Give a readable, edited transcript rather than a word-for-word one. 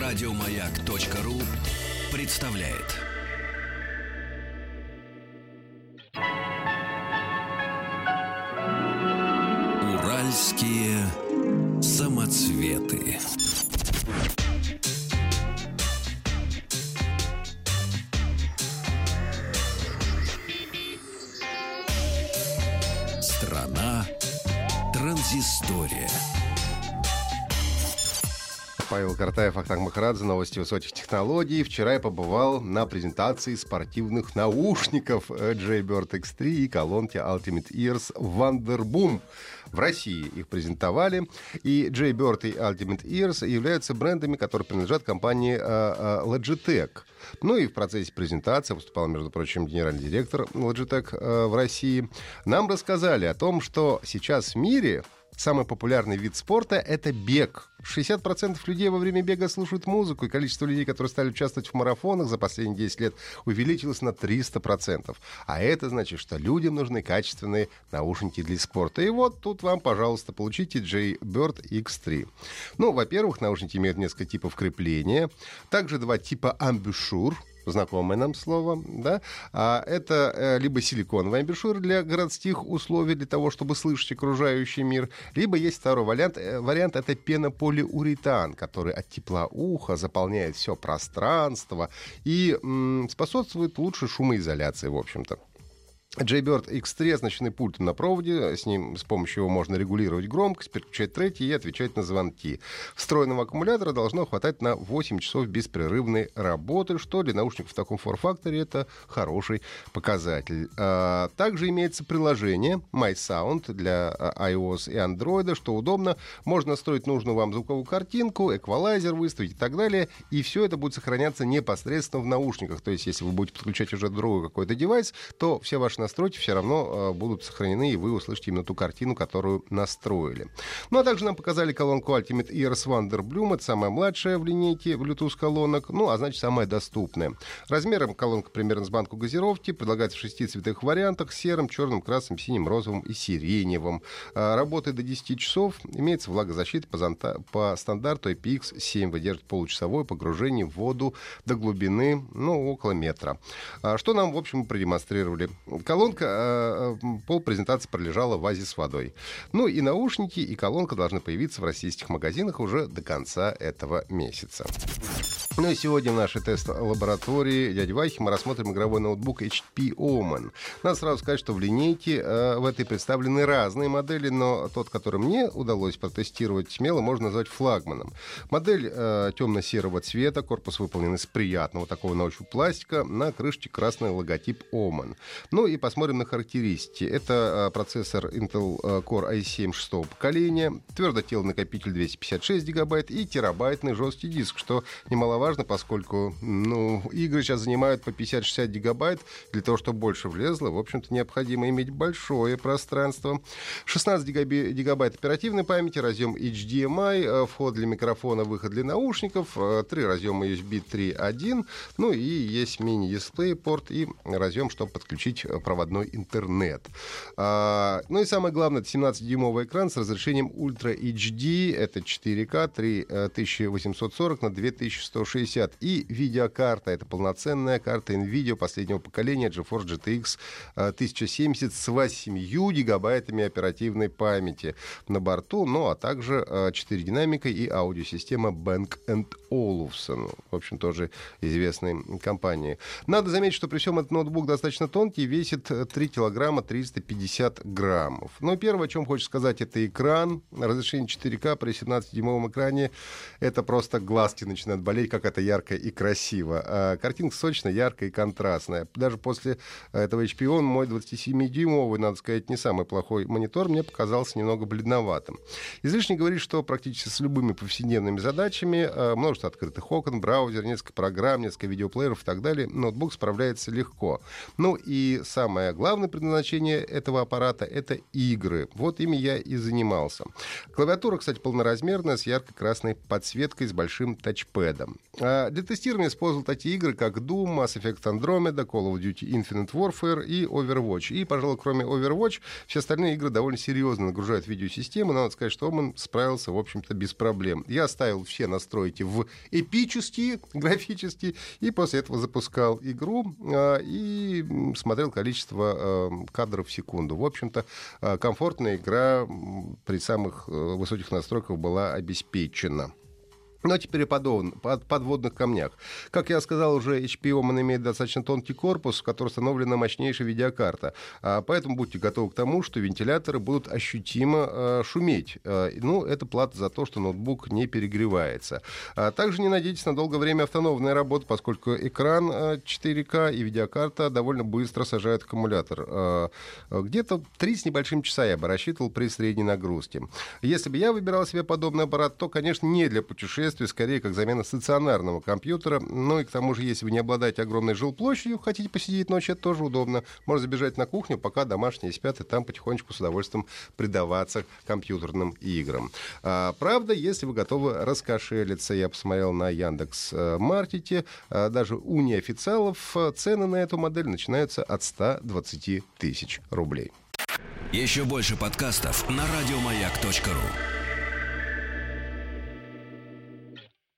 Радиомаяк.ру представляет. Уральские самоцветы. Страна транзистория. Павел Картаев, Ахтанг Махарадзе, новости высоких технологий. Вчера я побывал на презентации спортивных наушников Jaybird X3 и колонки Ultimate Ears Wonderboom. В России их презентовали. И Jaybird и Ultimate Ears являются брендами, которые принадлежат компании Logitech. Ну и в процессе презентации выступал, между прочим, генеральный директор Logitech в России. Нам рассказали о том, что сейчас в мире самый популярный вид спорта — это бег. 60% людей во время бега слушают музыку, и количество людей, которые стали участвовать в марафонах за последние 10 лет, увеличилось на 300%. А это значит, что людям нужны качественные наушники для спорта. И вот тут вам, пожалуйста, получите Jaybird X3. Ну, во-первых, наушники имеют несколько типов крепления. Также два типа амбушюр. Знакомое нам слово, да? Это либо силиконовый амбушюр для городских условий, для того, чтобы слышать окружающий мир, либо есть второй вариант это пенополиуретан, который от тепла уха заполняет все пространство и способствует лучшей шумоизоляции, в общем-то. Jaybird X3 оснащены пультом на проводе, с помощью его можно регулировать громкость, переключать треки и отвечать на звонки. Встроенного аккумулятора должно хватать на 8 часов беспрерывной работы, что для наушников в таком форм-факторе это хороший показатель. Также имеется приложение MySound для iOS и Android, что удобно. Можно настроить нужную вам звуковую картинку, эквалайзер выставить и так далее, и все это будет сохраняться непосредственно в наушниках. То есть, если вы будете подключать уже другой какой-то девайс, то все ваши настройки все равно будут сохранены, и вы услышите именно ту картину, которую настроили. Ну, а также нам показали колонку Ultimate Ears Wonderboom. Это самая младшая в линейке Bluetooth колонок, ну, а значит, самая доступная. Размером колонка примерно с банку газировки, предлагается в 6 цветовых вариантах: серым, черным, красным, синим, розовым и сиреневым. Работает до 10 часов, имеется влагозащита по стандарту IPX7, выдерживает получасовое погружение в воду до глубины, ну, около метра. Что нам, в общем, продемонстрировали? Колонка, пол презентации пролежала в вазе с водой. Ну и наушники, и колонка должны появиться в российских магазинах уже до конца этого месяца. Ну и сегодня в нашей тест-лаборатории дяди Вахи мы рассмотрим игровой ноутбук HP Omen. Надо сразу сказать, что в линейке в этой представлены разные модели, но тот, который мне удалось протестировать, смело можно назвать флагманом. Модель темно-серого цвета, корпус выполнен из приятного такого на ощупь пластика, на крышке красный логотип Omen. Ну и посмотрим на характеристики. Это процессор Intel Core i7 6-го поколения, твердотелый накопитель 256 гигабайт и терабайтный жесткий диск, что немаловажно, поскольку игры сейчас занимают по 50-60 гигабайт. Для того, чтобы больше влезло, в общем-то, необходимо иметь большое пространство. 16 гигабайт оперативной памяти, разъем HDMI, вход для микрофона, выход для наушников, 3 разъема USB 3.1, ну и есть мини-дисплей, порт и разъем, чтобы подключить проводной интернет. Ну и самое главное, это 17-дюймовый экран с разрешением Ultra HD, это 4К, 3840 на 2160. И видеокарта. Это полноценная карта NVIDIA последнего поколения GeForce GTX 1070 с 8 гигабайтами оперативной памяти на борту, ну а также 4 динамика и аудиосистема Bang & Olufsen. В общем, тоже известной компании. Надо заметить, что при всем этот ноутбук достаточно тонкий, весит 3 килограмма 350 граммов. Но первое, о чем хочется сказать, это экран. Разрешение 4К при 17-дюймовом экране. Это просто глазки начинают болеть, как это ярко и красиво. Картинка сочная, яркая и контрастная. Даже после этого HP Omen мой 27-дюймовый, надо сказать, не самый плохой монитор мне показался немного бледноватым. Излишне говорить, что практически с любыми повседневными задачами, множество открытых окон, браузер, несколько программ, несколько видеоплееров и так далее, ноутбук справляется легко. Ну и самое главное предназначение этого аппарата — это игры. Вот ими я и занимался. Клавиатура, кстати, полноразмерная, с ярко-красной подсветкой, с большим тачпэдом. Для тестирования использовал такие игры, как Doom, Mass Effect Andromeda, Call of Duty Infinite Warfare и Overwatch. И, пожалуй, кроме Overwatch, все остальные игры довольно серьезно нагружают видеосистему. Надо сказать, что он справился, в общем-то, без проблем. Я ставил все настройки в эпические, графические, и после этого запускал игру и смотрел количество кадров в секунду. В общем-то, комфортная игра при самых высоких настройках была обеспечена. Но теперь о подводных камнях. Как я сказал уже, HP Omen имеет достаточно тонкий корпус, в котором установлена мощнейшая видеокарта. Поэтому будьте готовы к тому, что вентиляторы будут ощутимо шуметь. Это плата за то, что ноутбук не перегревается. Также не надейтесь на долгое время автономной работы, поскольку экран 4К и видеокарта довольно быстро сажают аккумулятор. Где-то 3 с небольшим часа я бы рассчитывал при средней нагрузке. Если бы я выбирал себе подобный аппарат, то, конечно, не для путешествий, скорее как замена стационарного компьютера. Ну и к тому же, если вы не обладаете огромной жилплощадью, хотите посидеть ночью, это тоже удобно. Можно забежать на кухню, пока домашние спят, и там потихонечку с удовольствием предаваться компьютерным играм. Правда, если вы готовы раскошелиться, я посмотрел на Яндекс.Маркете, даже у неофициалов цены на эту модель начинаются от 120 тысяч рублей. Еще больше подкастов на радиомаяк.ру.